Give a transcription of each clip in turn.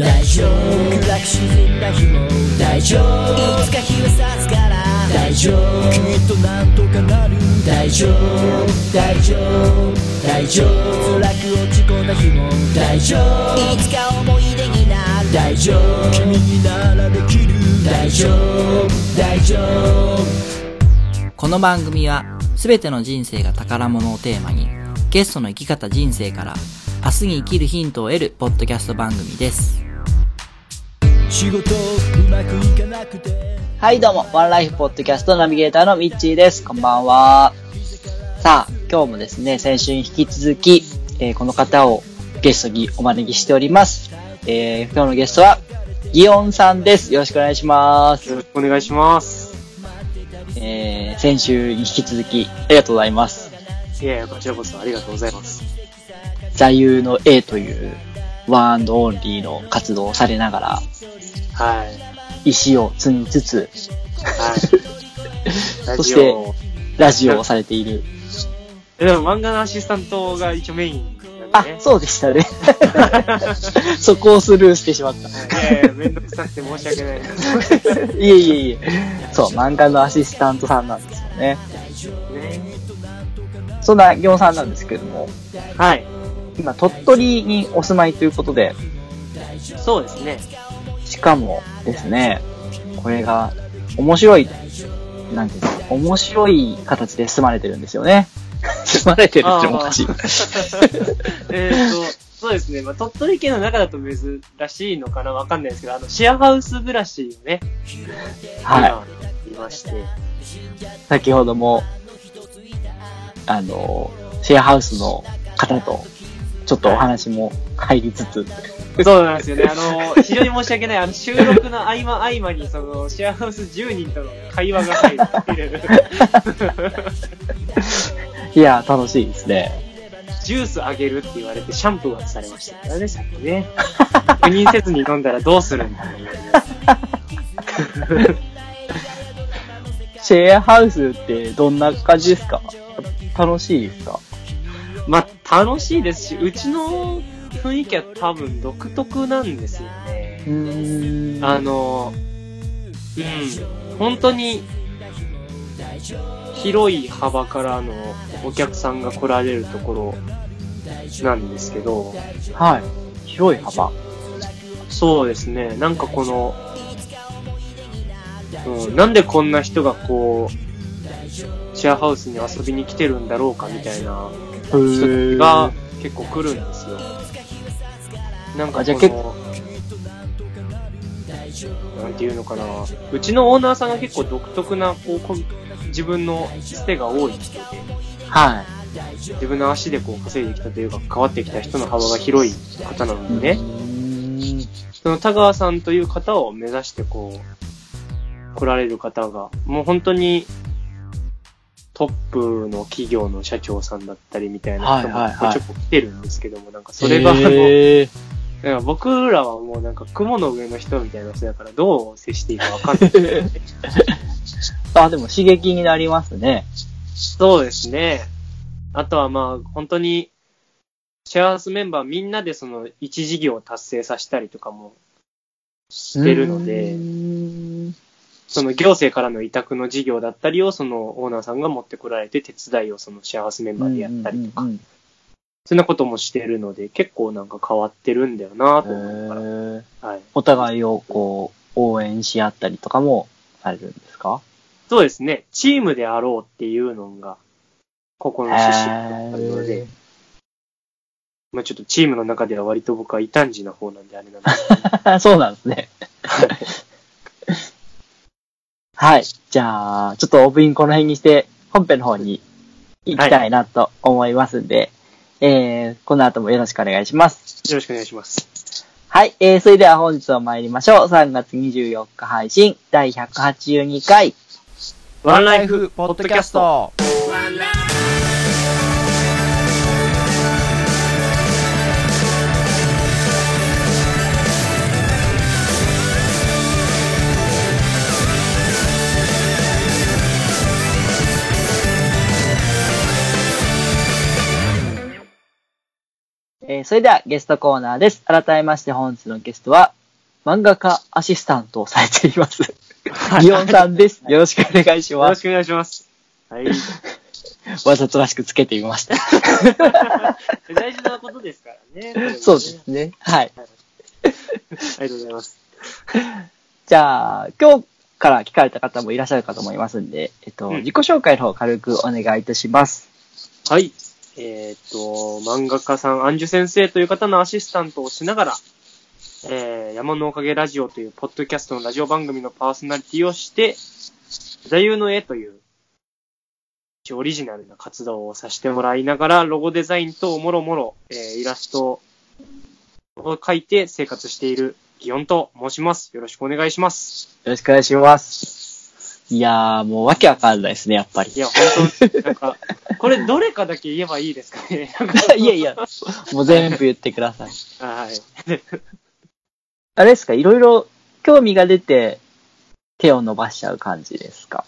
大丈夫暗く沈んだ日も大丈夫いつか日は差すから大丈夫きっとなんとかなる大丈夫大丈夫大丈夫辛く落ち込んだ日も大丈夫いつか思い出になる大丈夫君にならできる大丈夫大丈夫。 この番組はすべての人生が宝物をテーマにゲストの生き方人生から明日に生きるヒントを得るポッドキャスト番組です。 仕事うまくいかなくてはいどうも、ワンライフポッドキャストナビゲーターのミッチーです。こんばんは。さあ、今日もですね、先週に引き続き、この方をゲストにお招きしております。今日のゲストは、ギオンさんです。よろしくお願いします。 よろしくお願いします。 先週に引き続き、ありがとうございます。 いやいや、こちらこそありがとうございます。 座右の A というワン&オンリーの活動をされながら、 はい。 石を積みつつ、 はい。 そしてラジオをされている。 でも漫画のアシスタントが一応メインなんでね。 あ、そうでしたね。そこをスルーしてしまった。 いやいや、めんどくさくて申し訳ない。 いえいえいえ。そう、漫画のアシスタントさんなんですよね。そんなギオンさんなんですけども。 はい。 今、鳥取にお住まいということで。 そうですね。 しかもですね、これが面白い、なんていうの、面白い形で住まれてるんですよね。住まれてるっておかしい。 そうですね。まあ、鳥取県の中だと珍しいのかなわかんないですけど、シェアハウス暮らしをね、 はい。 いまして。 先ほども、シェアハウスの方と、ちょっとお話も入りつつ。 そうなんですよね。非常に申し訳ない。収録の合間に、シェアハウス10人との会話が入るっていう。 いや、楽しいですね。 ジュースあげるって言われてシャンプーはされましたからね、さっきね。確認せずに飲んだらどうするんだろう。 シェアハウスってどんな感じですか？楽しいですか？ まあ、楽しいですし、うちの雰囲気は多分独特なんですよね。本当に広い幅からのお客さんが来られるところなんですけど、 はい。広い幅。 そうですね。なんかなんでこんな人がシェアハウスに遊びに来てるんだろうかみたいな人が結構来るんですよ。なんかなんていうのかな。うちのオーナーさんが結構独特な自分のつてが多い人で、 はい。 自分の足で稼いできたというか変わってきた人の幅が広い方なのでね。その田川さんという方を目指して来られる方がもう本当にトップの企業の社長さんだったりみたいな人もちょっと来てるんですけども、なんかそれがなんか僕らはもうなんか雲の上の人みたいな人だからどう接していいかわかんない。 あ、でも刺激になりますね。 そうですね。あとはまあ本当にシェアハウスメンバーみんなで一事業を達成させたりとかもしてるので、行政からの委託の事業だったりをオーナーさんが持ってこられて手伝いをシェアハウスメンバーでやったりとか、そんなこともしてるので結構なんか変わってるんだよなと思うから、はい。 お互いを応援し合ったりとかもされるんですか？ そうですね。チームであろうっていうのがここの趣旨だったので、まあちょっとチームの中では割と僕は異端児な方なんであれなんですけど。 そうなんですね。はい。じゃあ、ちょっとオープニングこの辺にして、本編の方に行きたいなと思いますんで、この後もよろしくお願いします。 よろしくお願いします。 はい。それでは本日は参りましょう。3月24日配信、第182回。 ワンライフポッドキャスト。 それではゲストコーナーです。改めまして本日のゲストは、漫画家アシスタントをされています。ギオンさんです。よろしくお願いします。 よろしくお願いします。はい。 わざとらしくつけてみました。 大事なことですからね。 そうですね。はい。 ありがとうございます。 じゃあ、今日から聞かれた方もいらっしゃるかと思いますんで、自己紹介の方軽くお願いいたします。 はい。漫画家さん、アンジュ先生という方のアシスタントをしながら、山のおかげラジオというポッドキャストのラジオ番組のパーソナリティをして、座右の絵というオリジナルな活動をさせてもらいながら、ロゴデザインともろもろ、イラストを描いて生活しているギオンと申します。よろしくお願いします。 よろしくお願いします。いやー、もうわけわかんないですね、やっぱり。 いや、本当なんか、これどれかだけ言えばいいですかね。 いやいや、もう全部言ってください。 はい。 あれですか、いろいろ興味が出て手を伸ばしちゃう感じですか？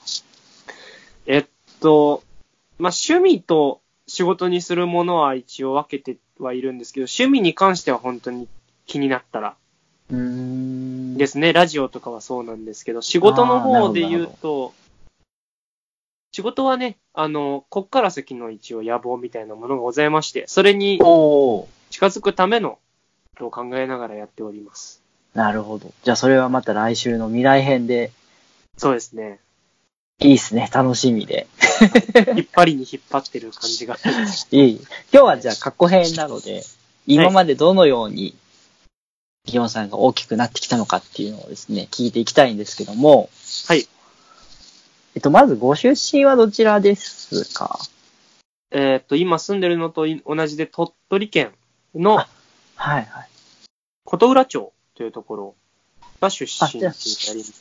趣味と仕事にするものは一応分けてはいるんですけど、趣味に関しては本当に気になったら。ですね。ラジオとかはそうなんですけど、仕事の方で言うと、仕事はね、こっから先の一応野望みたいなものがございまして、それに近づくためのことを考えながらやっております。 なるほど。じゃあそれはまた来週の未来編で。 そうですね。 いいですね。楽しみで。 引っ張りに引っ張ってる感じが。 いい。今日はじゃあ過去編なので、今までどのようにギオンさんが大きくなってきたのかっていうのをですね、聞いていきたいんですけども。 はい。 まずご出身はどちらですか？ 今住んでるのと同じで鳥取県の、 はいはい。 琴浦町というところが出身になります。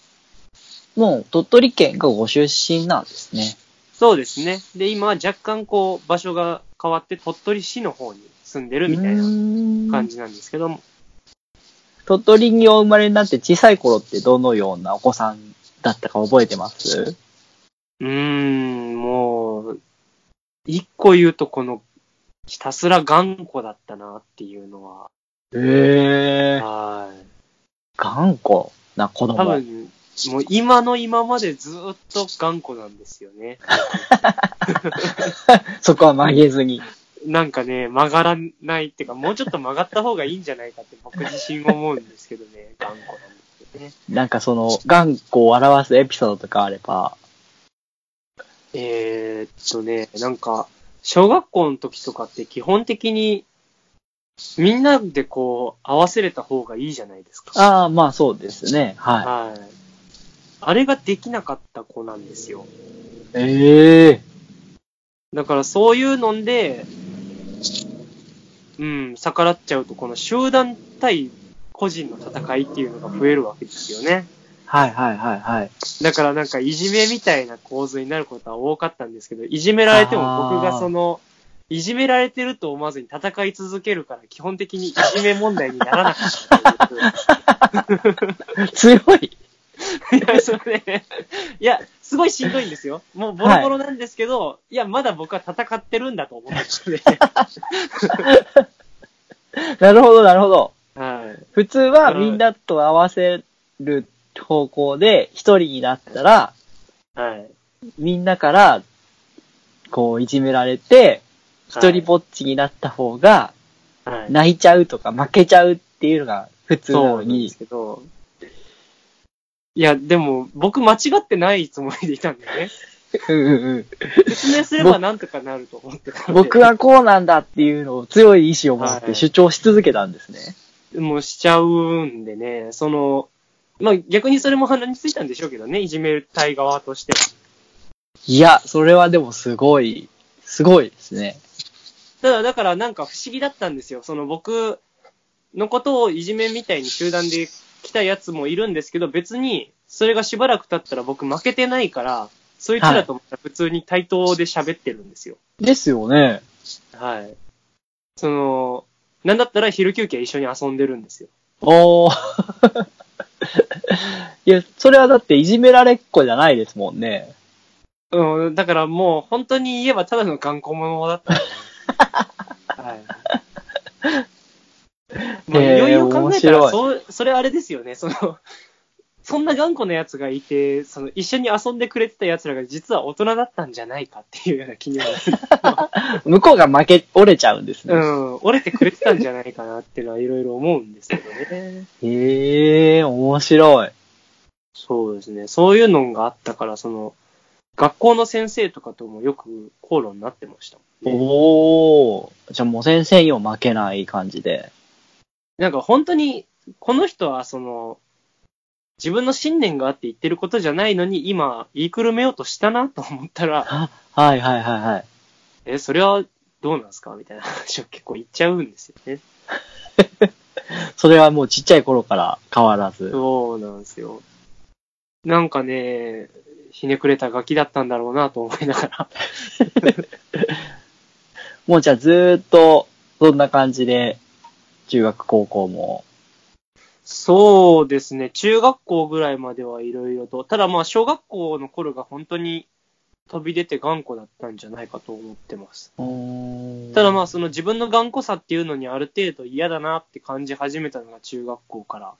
もう鳥取県がご出身なんですね。 そうですね。で、今は若干場所が変わって鳥取市の方に住んでるみたいな感じなんですけども。 鳥取にお生まれになって小さい頃ってどのようなお子さんだったか覚えてます？ もう、一個言うとひたすら頑固だったなっていうのは。 はい。頑固な子供。 多分、もう今までずっと頑固なんですよね。 そこは曲げずに。 なんかね、曲がらないっていうか、もうちょっと曲がった方がいいんじゃないかって僕自身思うんですけどね、頑固なんですよね。 なんか頑固を表すエピソードとかあれば。 なんか、小学校の時とかって基本的に、みんなで合わせれた方がいいじゃないですか。 ああ、まあそうですね。はい。 はい。あれができなかった子なんですよ。だからそういうので、逆らっちゃうと、この集団対個人の戦いっていうのが増えるわけですよね。 はいはいはいはい。 だからなんかいじめみたいな構図になることは多かったんですけど、いじめられても僕がいじめられてると思わずに戦い続けるから基本的にいじめ問題にならなかった。 強い。 いや、すごいしんどいんですよ。もうボロボロなんですけど、いや、まだ僕は戦ってるんだと思ってて。 なるほどなるほど。 はい。 普通はみんなと合わせる方向で一人になったら、 はい。 みんなからいじめられて、一人ぼっちになった方が、泣いちゃうとか負けちゃうっていうのが普通なのに。 そうですけど。いや、でも、僕間違ってないつもりでいたんだよね。説明すればなんとかなると思ってたんで。 僕はこうなんだっていうのを強い意志を持って主張し続けたんですね。 もうしちゃうんでね、逆にそれも鼻についたんでしょうけどね、いじめたい側としては。 いや、それはでもすごいですね。 だからなんか不思議だったんですよ。僕のことをいじめみたいに集団で来たやつもいるんですけど、別にそれがしばらく経ったら僕負けてないから、そいつらと普通に対等で喋ってるんですよ。 ですよね。 はい。なんだったら昼休憩一緒に遊んでるんですよ。 いや、それはだっていじめられっ子じゃないですもんね。 だからもう本当に言えばただの頑固者だった、ね。はい。 まあ、余裕を考えたら、 面それあれですよね。そんな頑固な奴がいて、一緒に遊んでくれてた奴らが実は大人だったんじゃないかっていうような気にはなる。 向こうが折れちゃうんですね。 うん、折れてくれてたんじゃないかなっていうのはいろいろ思うんですけどね。 面白い。 そうですね。そういうのがあったから、学校の先生とかともよく口論になってましたもんね。 じゃあもう先生にも負けない感じで。 なんか本当に、この人は自分の信念があって言ってることじゃないのに、今、言いくるめようとしたなと思ったら、 はいはいはいはい。 それはどうなんですかみたいな話を結構言っちゃうんですよね。 それはもうちっちゃい頃から変わらず。 そうなんですよ。なんかね、ひねくれたガキだったんだろうなと思いながら。 もうじゃあずーっとそんな感じで、中学高校も。 そうですね。中学校ぐらいまではいろいろと。ただまあ小学校の頃が本当に飛び出て頑固だったんじゃないかと思ってます。ただまあ自分の頑固さっていうのにある程度嫌だなって感じ始めたのが中学校から。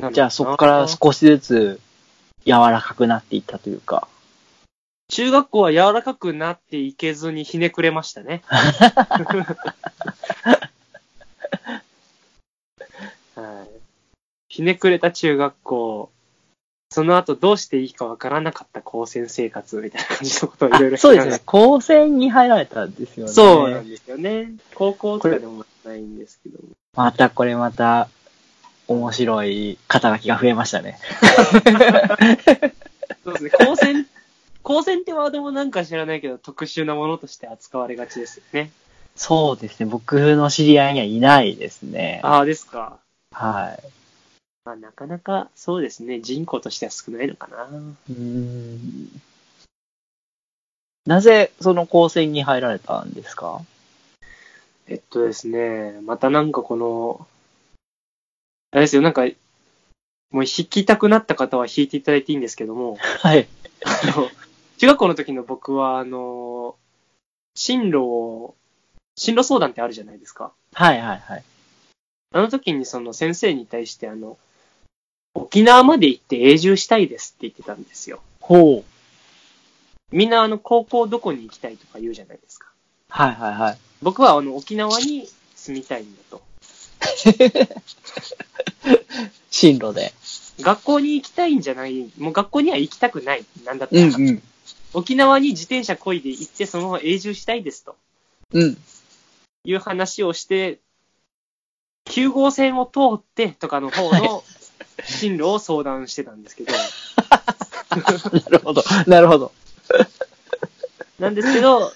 じゃあそこから少しずつ柔らかくなっていったというか。 中学校は柔らかくなっていけずにひねくれましたね。はい、ひねくれた中学校、その後どうしていいかわからなかった高専生活みたいな感じのことをいろいろそうですね。高専に入られたんですよね。 そうなんですよね。高校とかでもないんですけども。 また面白い肩書きが増えましたね。 そうですね。高専ってワードもなんか知らないけど特殊なものとして扱われがちですよね。 そうですね。僕の知り合いにはいないですね。 ああ、ですか。 はい。 まあ、なかなかそうですね。人口としては少ないのかな。 なぜその高専に入られたんですか？ ですね。またなんかあれですよ、なんか、もう弾きたくなった方は弾いていただいていいんですけども。 はい。 中学校の時の僕は、進路相談ってあるじゃないですか。 はいはいはい。 あの時に先生に対して沖縄まで行って永住したいですって言ってたんですよ。 ほう。 みんな高校どこに行きたいとか言うじゃないですか。 はいはいはい。 僕は沖縄に住みたいんだと。 進路で。 学校に行きたいんじゃない、もう学校には行きたくない。なんだったら。沖縄に自転車漕いで行ってそのまま永住したいですと。いう話をして、9号線を通ってとかの方の進路を相談してたんですけど。 なるほど。なるほど。 なんですけど、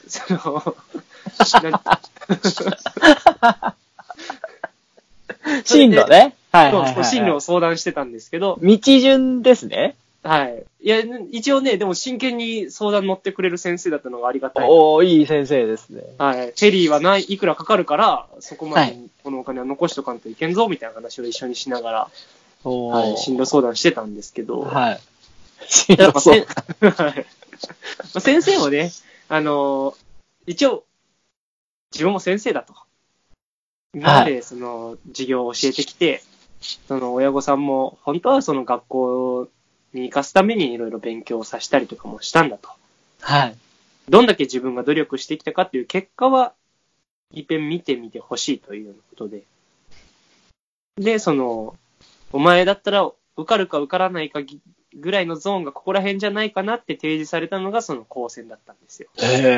進路ね。はいはいはい、 そう、進路を相談してたんですけど。 道順ですね。 はい。いや、一応ね、でも真剣に相談乗ってくれる先生だったのがありがたい。 いい先生ですね。 はい。フェリーはいくらかかるから、そこまでこのお金は残しとかんといけんぞ、みたいな話を一緒にしながら、はい、進路相談してたんですけど。はい。進路相談。はい。先生もね、一応、自分も先生だと。今まで授業を教えてきて、親御さんも、本当は学校に行かすためにいろいろ勉強をさせたりとかもしたんだと。はい。どんだけ自分が努力してきたかっていう結果は、いっぺん見てみてほしいというようなことで。で、お前だったら受かるか受からないかぐらいのゾーンがここら辺じゃないかなって提示されたのが高専だったんですよ。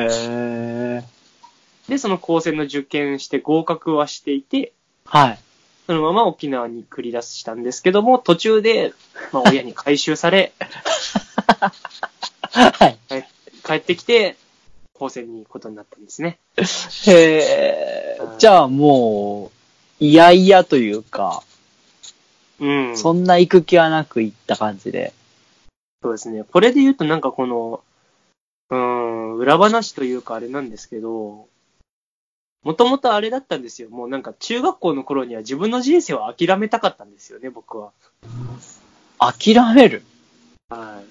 で、高専の受験して合格はしていて、はい。そのまま沖縄に繰り出したんですけども、途中で、まあ、親に回収され、はい。帰ってきて、高専に行くことになったんですね。 じゃあもう、いやいやというか、そんな行く気はなく行った感じで。 そうですね。これで言うとなんか裏話というかあれなんですけど、もともとあれだったんですよ。もうなんか中学校の頃には自分の人生を諦めたかったんですよね、僕は。 諦める？ はい。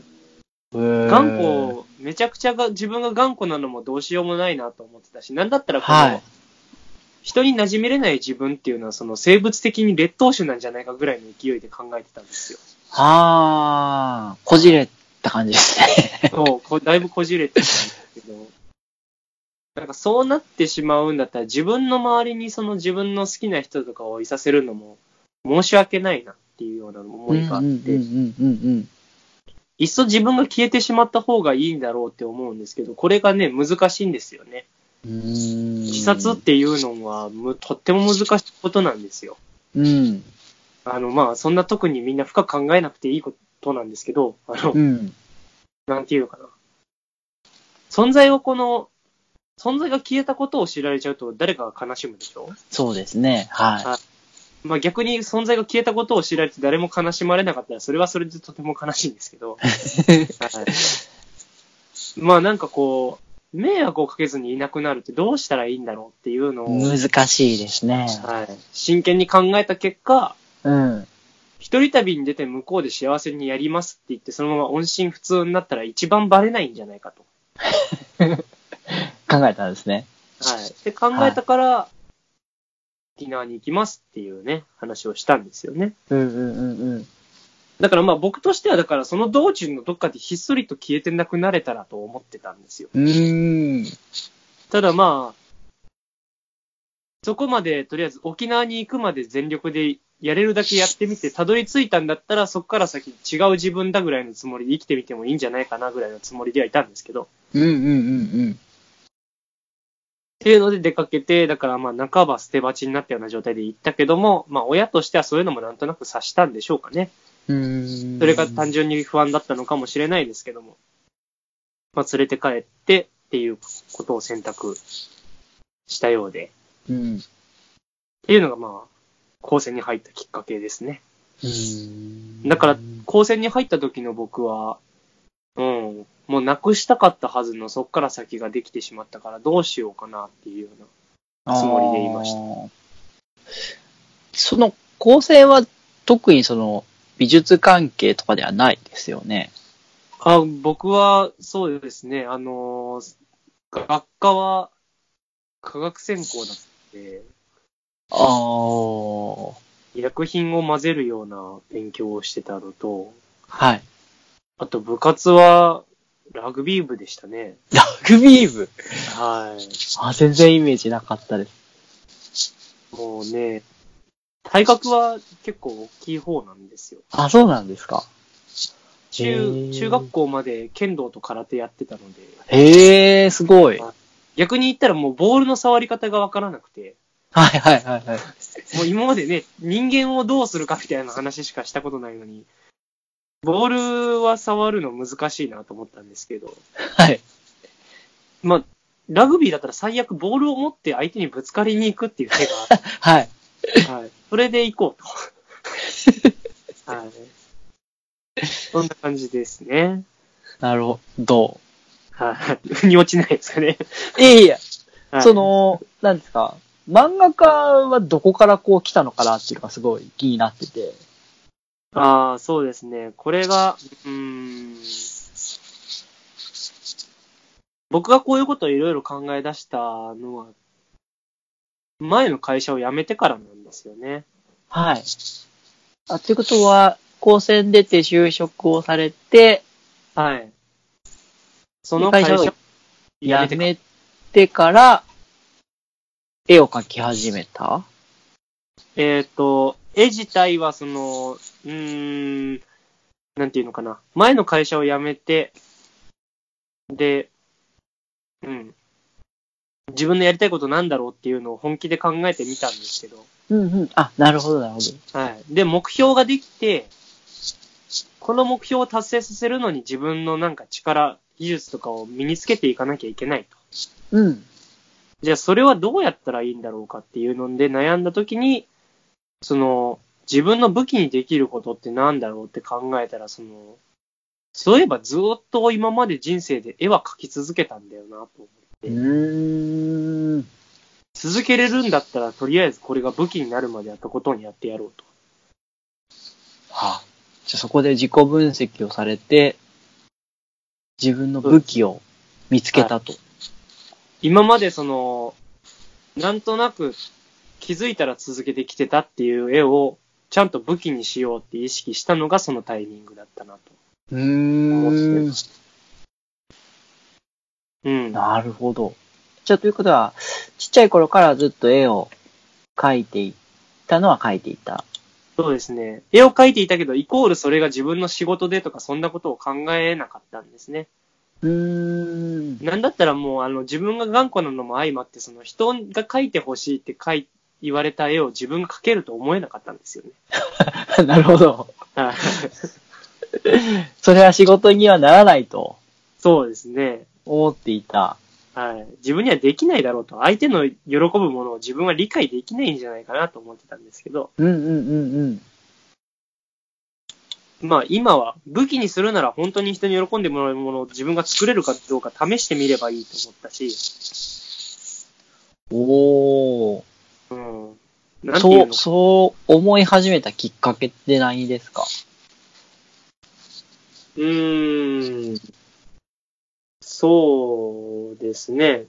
頑固、めちゃくちゃ自分が頑固なのもどうしようもないなと思ってたし、なんだったら人に馴染めれない自分っていうのは、その生物的に劣等種なんじゃないかぐらいの勢いで考えてたんですよ。 こじれた感じですね。 そう、だいぶこじれてたんですけど、なんかそうなってしまうんだったら、自分の周りにその自分の好きな人とかをいさせるのも申し訳ないなっていうような思いがあって、いっそ自分が消えてしまった方がいいんだろうって思うんですけど、これがね、難しいんですよね。自殺っていうのはとっても難しいことなんですよ。まあ、そんな特にみんな深く考えなくていいことなんですけど、なんていうのかな。存在が消えたことを知られちゃうと誰かが悲しむでしょ？ そうですね。はい。 まあ逆に存在が消えたことを知られて誰も悲しまれなかったら、それはそれでとても悲しいんですけど。はい、まあなんかこう、迷惑をかけずにいなくなるってどうしたらいいんだろうっていうのを。 難しいですね。 はい。真剣に考えた結果、 一人旅に出て向こうで幸せにやりますって言って、そのまま音信不通になったら一番バレないんじゃないかと。 考えたんですね。 はい。で、考えたから、沖縄に行きますっていうね、話をしたんですよね。だからまあ僕としては、だからその道中のどっかでひっそりと消えてなくなれたらと思ってたんですよ。ただまあ、そこまでとりあえず沖縄に行くまで全力でやれるだけやってみて、たどり着いたんだったらそこから先違う自分だぐらいのつもりで生きてみてもいいんじゃないかなぐらいのつもりではいたんですけど。っていうので出かけて、だからまあ半ば捨て鉢になったような状態で行ったけども、まあ親としてはそういうのもなんとなく察したんでしょうかね。それが単純に不安だったのかもしれないですけども。まあ連れて帰ってっていうことを選択したようで。っていうのがまあ、高専に入ったきっかけですね。だから、高専に入った時の僕は、もうなくしたかったはずのそっから先ができてしまったからどうしようかなっていうようなつもりでいました。 その高専は特にその美術関係とかではないですよね。 僕はそうですね。学科は科学専攻だったので、薬品を混ぜるような勉強をしてたのと、 はい。 あと部活はラグビー部でしたね。 ラグビー部？ はい。 全然イメージなかったです。 もうね、体格は結構大きい方なんですよ。 そうなんですか。 中学校まで剣道と空手やってたので。 すごい。 逆に言ったらもうボールの触り方がわからなくて。もう今までね、人間をどうするかみたいな話しかしたことないのに、ボールは触るの難しいなと思ったんですけど。 はい。 まあ、ラグビーだったら最悪ボールを持って相手にぶつかりに行くっていう手がある。 はい。 はい。それで行こうと。はい。そんな感じですね。 なるほど。 はい。腑に落ちないですかね。 いや、なんですか。漫画家はどこからこう来たのかなっていうのがすごい気になってて。 そうですね。これが、僕がこういうことをいろいろ考え出したのは、前の会社を辞めてからなんですよね。 はい。ということは、高専出て就職をされて、 はい。その会社を辞めてから、絵を描き始めた？ 絵自体はなんていうのかな。前の会社を辞めて、で、自分のやりたいことなんだろうっていうのを本気で考えてみたんですけど。 なるほど、なるほど。 はい。で、目標ができて、この目標を達成させるのに自分のなんか力、技術とかを身につけていかなきゃいけないと。じゃあそれはどうやったらいいんだろうかっていうので悩んだときに、自分の武器にできることってなんだろうって考えたら、そういえばずっと今まで人生で絵は描き続けたんだよなと思って。続けれるんだったら、とりあえずこれが武器になるまでやったことにやってやろうと。 じゃあそこで自己分析をされて、自分の武器を見つけたと。 今までなんとなく気づいたら続けてきてたっていう絵をちゃんと武器にしようって意識したのがそのタイミングだったなと思ってます。 なるほど。じゃあということは、ちっちゃい頃からずっと絵を描いていったのは描いていた。 そうですね。絵を描いていたけど、イコールそれが自分の仕事でとかそんなことを考えなかったんですね。なんだったらもう自分が頑固なのも相まって、その人が描いてほしいって言われた絵を自分が描けると思えなかったんですよね。 なるほど。それは仕事にはならないと。 そうですね。 思っていた。 はい。自分にはできないだろうと。相手の喜ぶものを自分は理解できないんじゃないかなと思ってたんですけど。まあ今は武器にするなら本当に人に喜んでもらえるものを自分が作れるかどうか試してみればいいと思ったし。なんていうの？ そう思い始めたきっかけって何ですか？ そうですね。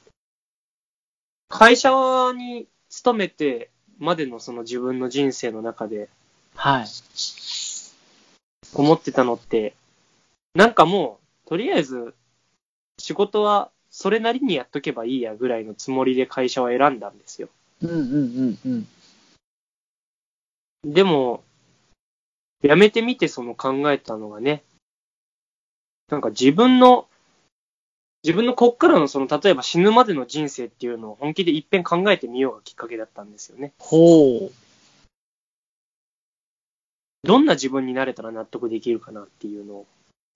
会社に勤めてまでのその自分の人生の中で、 はい。 思ってたのって、なんかもう、とりあえず、仕事はそれなりにやっとけばいいやぐらいのつもりで会社を選んだんですよ。でも、辞めてみてその考えたのがね、なんか自分のこっからのその、例えば死ぬまでの人生っていうのを本気で一遍考えてみようがきっかけだったんですよね。どんな自分になれたら納得できるかなっていうのを。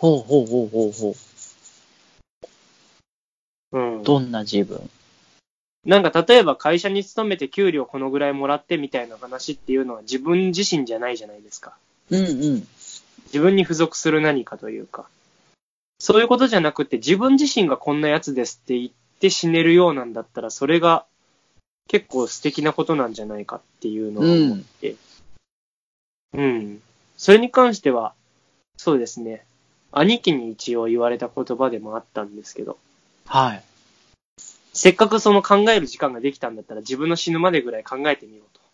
どんな自分？ なんか例えば会社に勤めて給料このぐらいもらってみたいな話っていうのは自分自身じゃないじゃないですか。自分に付属する何かというか。そういうことじゃなくて自分自身がこんなやつですって言って死ねるようなんだったらそれが結構素敵なことなんじゃないかっていうのを思って。それに関しては、そうですね。兄貴に一応言われた言葉でもあったんですけど。 はい。 せっかくその考える時間ができたんだったら自分の死ぬまでぐらい考えてみようと。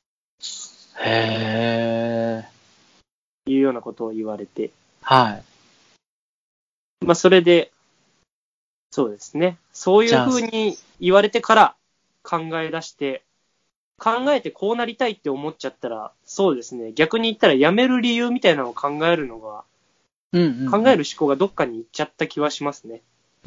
いうようなことを言われて。 はい。 まあそれで、そうですね。そういう風に言われてから考え出して、考えてこうなりたいって思っちゃったら、そうですね。逆に言ったら辞める理由みたいなのを考えるのが、考える思考がどっかに行っちゃった気はしますね。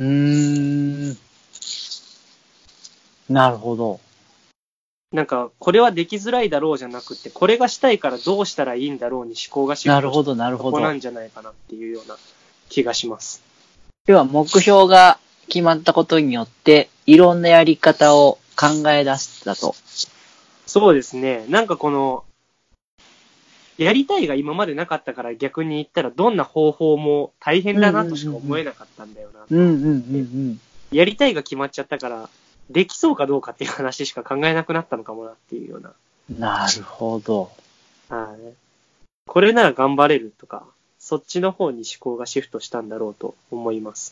なるほど。 なんか、これはできづらいだろうじゃなくて、これがしたいからどうしたらいいんだろうに思考がシフトして、そこなんじゃないかなっていうような気がします。 要は目標が決まったことによって、いろんなやり方を考え出したと。 そうですね。なんかこの、やりたいが今までなかったから逆に言ったらどんな方法も大変だなとしか思えなかったんだよな。やりたいが決まっちゃったから、できそうかどうかっていう話しか考えなくなったのかもなっていうような。 なるほど。 はい。これなら頑張れるとか、そっちの方に思考がシフトしたんだろうと思います。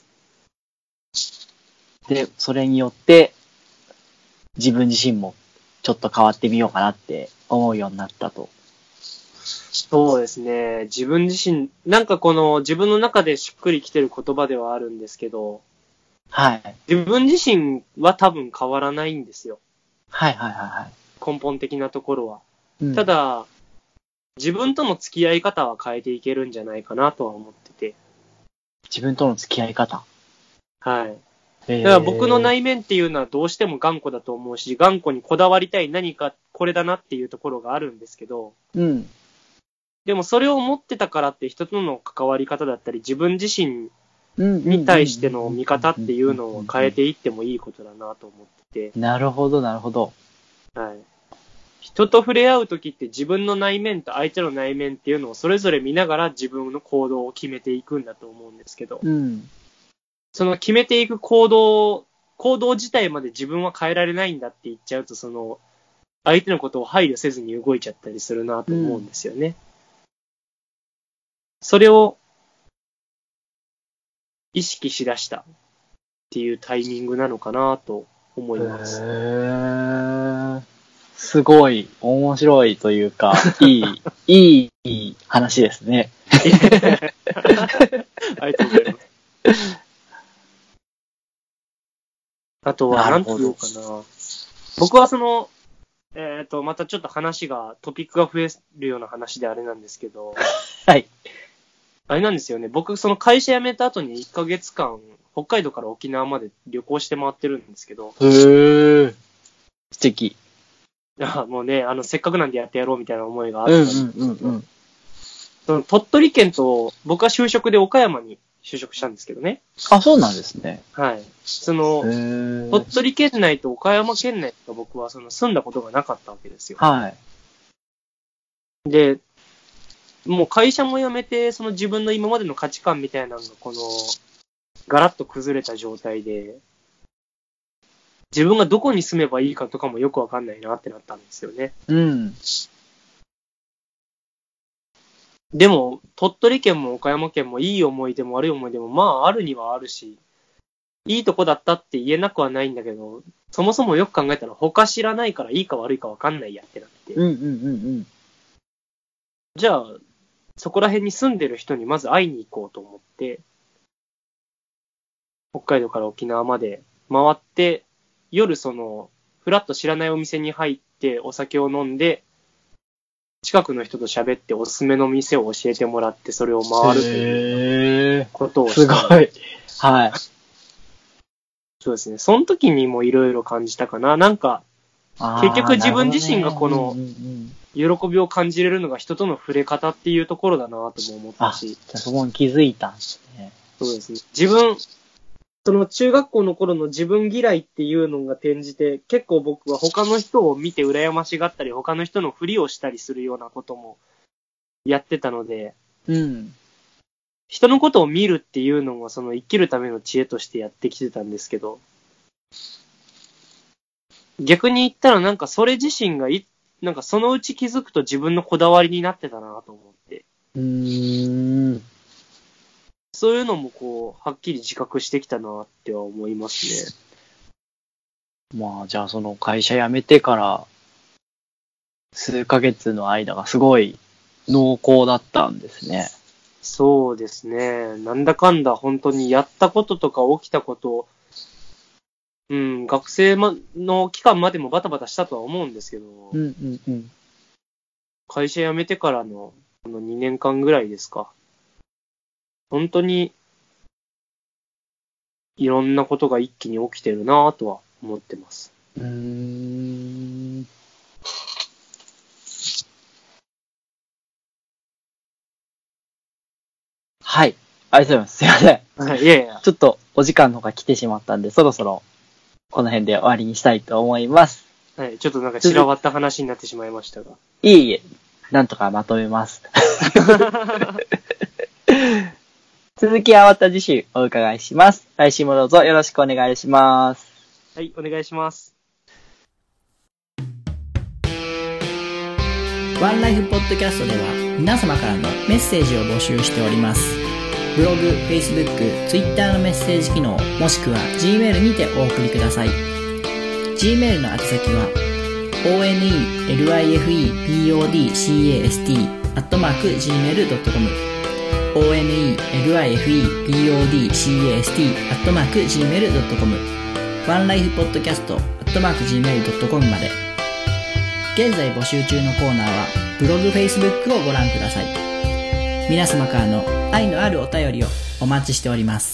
で、それによって、自分自身もちょっと変わってみようかなって思うようになったと。 そうですね。自分自身、なんかこの自分の中でしっくりきてる言葉ではあるんですけど、 はい。 自分自身は多分変わらないんですよ。根本的なところは。ただ、自分との付き合い方は変えていけるんじゃないかなとは思ってて。 自分との付き合い方？ はい。だから僕の内面っていうのはどうしても頑固だと思うし、頑固にこだわりたい何かこれだなっていうところがあるんですけど、でもそれを持ってたからって人との関わり方だったり、自分自身に対しての見方っていうのを変えていってもいいことだなと思ってて。 なるほど、なるほど。 はい。人と触れ合うときって自分の内面と相手の内面っていうのをそれぞれ見ながら自分の行動を決めていくんだと思うんですけど、その決めていく行動自体まで自分は変えられないんだって言っちゃうと、その相手のことを配慮せずに動いちゃったりするなと思うんですよね。それを意識しだしたっていうタイミングなのかなと思います。 すごい面白いというか、いい話ですね。 ありがとうございます。あとは、なんていうかな。僕はまたちょっとトピックが増えるような話であれなんですけど、 はい。 あれなんですよね。僕、その会社辞めた後に1ヶ月間、北海道から沖縄まで旅行して回ってるんですけど。 へー。素敵。 いや、もうね、せっかくなんでやってやろうみたいな思いがあったんですけど、その鳥取県と、僕は就職で岡山に就職したんですけどね。 あ、そうなんですね。 はい。鳥取県内と岡山県内と僕は住んだことがなかったわけですよ。 はい。 で、もう会社も辞めて、自分の今までの価値観みたいなのがガラッと崩れた状態で、自分がどこに住めばいいかとかもよくわかんないなってなったんですよね。 うん。 でも、鳥取県も岡山県もいい思い出も悪い思い出もまああるにはあるし、いいとこだったって言えなくはないんだけど、そもそもよく考えたら他知らないからいいか悪いかわかんないやってなって。じゃあ、そこら辺に住んでる人にまず会いに行こうと思って、北海道から沖縄まで回って、夜ふらっと知らないお店に入ってお酒を飲んで、近くの人と喋っておすすめの店を教えてもらってそれを回るということをした。 すごい。はい。 そうですね。その時にもいろいろ感じたかな。なんか、結局自分自身が喜びを感じれるのが人との触れ方っていうところだなとも思ったし。 じゃあそこに気づいたんですね。 そうですね。中学校の頃の自分嫌いっていうのが転じて、結構僕は他の人を見て羨ましがったり、他の人のふりをしたりするようなこともやってたので、人のことを見るっていうのが生きるための知恵としてやってきてたんですけど、逆に言ったらなんかそれ自身がなんかそのうち気づくと自分のこだわりになってたなと思って。そういうのもはっきり自覚してきたなっては思いますね。 まあ、じゃあ会社辞めてから数ヶ月の間がすごい濃厚だったんですね。 そうですね。なんだかんだ本当にやったこととか起きたこと、学生の期間までもバタバタしたとは思うんですけど、会社辞めてからのこの2年間ぐらいですか。本当にいろんなことが一気に起きてるなぁとは思ってます。 はい。ありがとうございます。すいません。 はい、いやいや。 ちょっとお時間の方が来てしまったんで、そろそろこの辺で終わりにしたいと思います。 はい。ちょっとなんか散らばった話になってしまいましたが。 いえいえ。なんとかまとめます。続きはまた次週お伺いします。来週もどうぞよろしくお願いします。 はい、お願いします。 ワンライフポッドキャストでは皆様からのメッセージを募集しております。ブログ、Facebook、Twitter のメッセージ機能、もしくは Gmail にてお送りください。Gmail の宛先はonelifepodcast@gmail.com onelifepodcast@gmail.com ワンライフポッドキャスト @gmail.com まで。現在募集中のコーナーはブログ、Facebook をご覧ください。皆様からの愛のあるお便りをお待ちしております。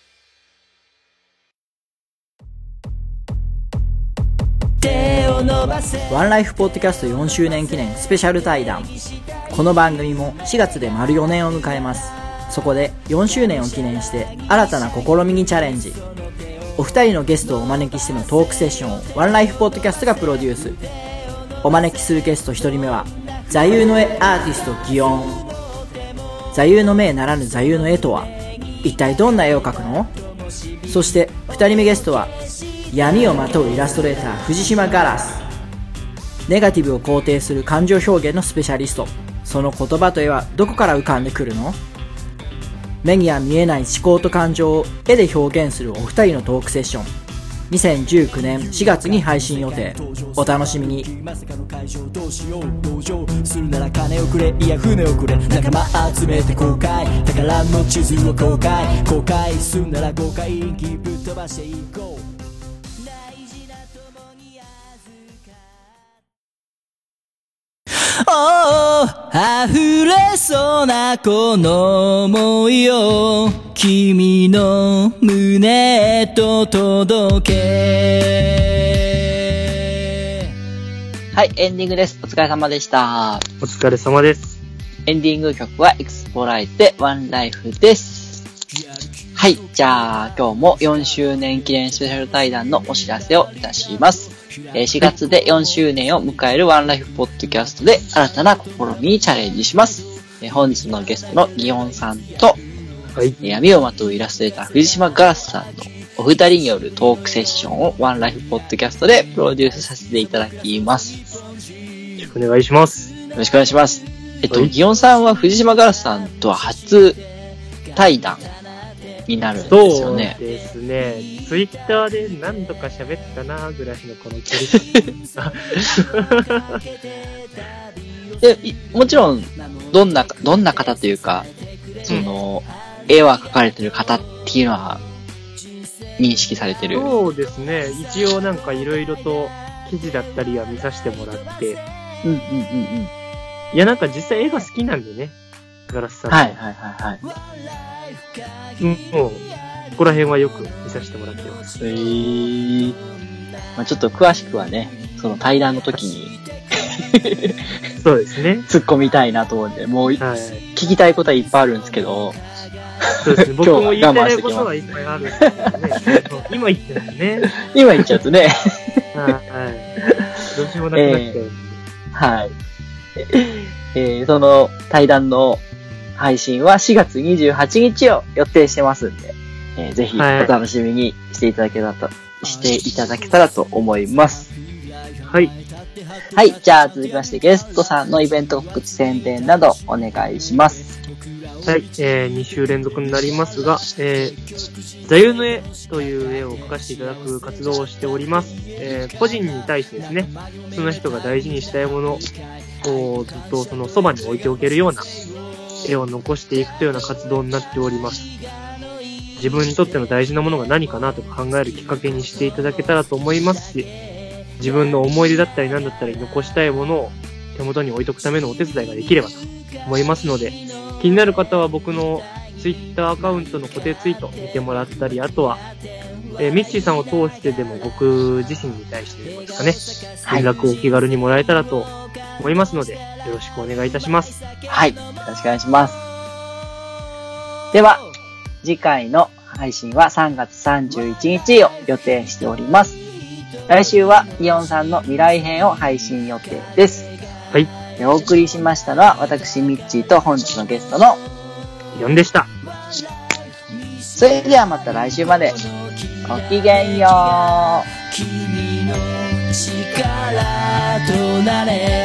ワンライフポッドキャスト4周年記念スペシャル対談。この番組も4月で丸4年を迎えます。そこで4周年を記念して新たな試みにチャレンジ。お二人のゲストをお招きしてのトークセッションをワンライフポッドキャストがプロデュース。お招きするゲスト1人目は座右の絵アーティスト祇園。座右の銘ならぬ座右の絵とは一体どんな絵を描くの？そして2人目ゲストは闇をまとうイラストレーター藤島ガラス。ネガティブを肯定する感情表現のスペシャリスト。その言葉と絵はどこから浮かんでくるの？目には見えない思考と感情を絵で表現するお二人のトークセッション。 2019年4月に配信予定。お楽しみに。 まさかの会場どうしよう同情するなら金をくれいや船をくれ仲間集めて公開宝の地図を公開するなら5回気ぶっ飛ばしていこう大事な友に溢れそうなこの想いを君の胸へと届け。 はい、エンディングです。お疲れ様でした。 お疲れ様です。 エンディング曲はエクスポライトワンライフです。はい、じゃあ今日も4周年記念スペシャル対談のお知らせをいたします。4月で4周年を迎えるワンライフポッドキャストで新たな試みにチャレンジします。本日のゲストのギオンさんと、 はい、 闇をまとうイラストレーター藤島ガラスさんのお二人によるトークセッションをワンライフポッドキャストでプロデュースさせていただきます。 よろしくお願いします。 よろしくお願いします。 はい、 ギオンさんは藤島ガラスさんとは初対談になるんですよね。 そうですね。ツイッターで何度か喋ったなぐらいのこの距離感。 で、もちろん、どんな方というか、絵は描かれてる方っていうのは、認識されてる。 そうですね。一応なんかいろいろと記事だったりは見させてもらって。いやなんか実際絵が好きなんでね。ガラスさん。 はい。 もう、ここら辺はよく見させてもらってます。 ちょっと詳しくはね、その対談の時にそうですね。 突っ込みたいなと思うんで、もう、聞きたいことはいっぱいあるんですけど、 そうですね。僕も言いたいことはいっぱいあるんですけどね。今言ってますね。 今言っちゃうとね。 どうしようもなくなっちゃうんで。 はい。その対談の配信は4月28日を予定してますんで、ぜひお楽しみにしていただけたらと思います。 はい。 はい。じゃあ続きましてゲストさんのイベント告知宣伝などお願いします。 はい。2週連続になりますが、座右の絵という絵を描かせていただく活動をしております。個人に対してですね、その人が大事にしたいものをずっとそのそばに置いておけるような絵を残していくというような活動になっております。自分にとっての大事なものが何かなと考えるきっかけにしていただけたらと思いますし、自分の思い出だったり何だったり残したいものを手元に置いとくためのお手伝いができればと思いますので、気になる方は僕のツイッターアカウントの固定ツイート見てもらったり、あとは、ミッチーさんを通してでも僕自身に対してでもですかね、連絡を気軽にもらえたらと思いますので、よろしくお願いいたします。 はい。よろしくお願いします。では、次回の配信は3月31日を予定しております。来週はイオンさんの未来編を配信予定です。 はい。 お送りしましたのは私ミッチーと本日のゲストのイオンでした。 それではまた来週まで。ごきげんよう。 君の力とな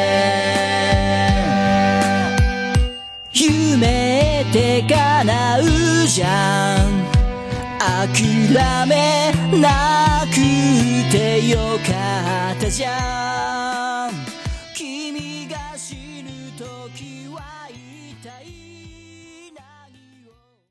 れ夢って叶うじゃん諦めなくてよかったじゃん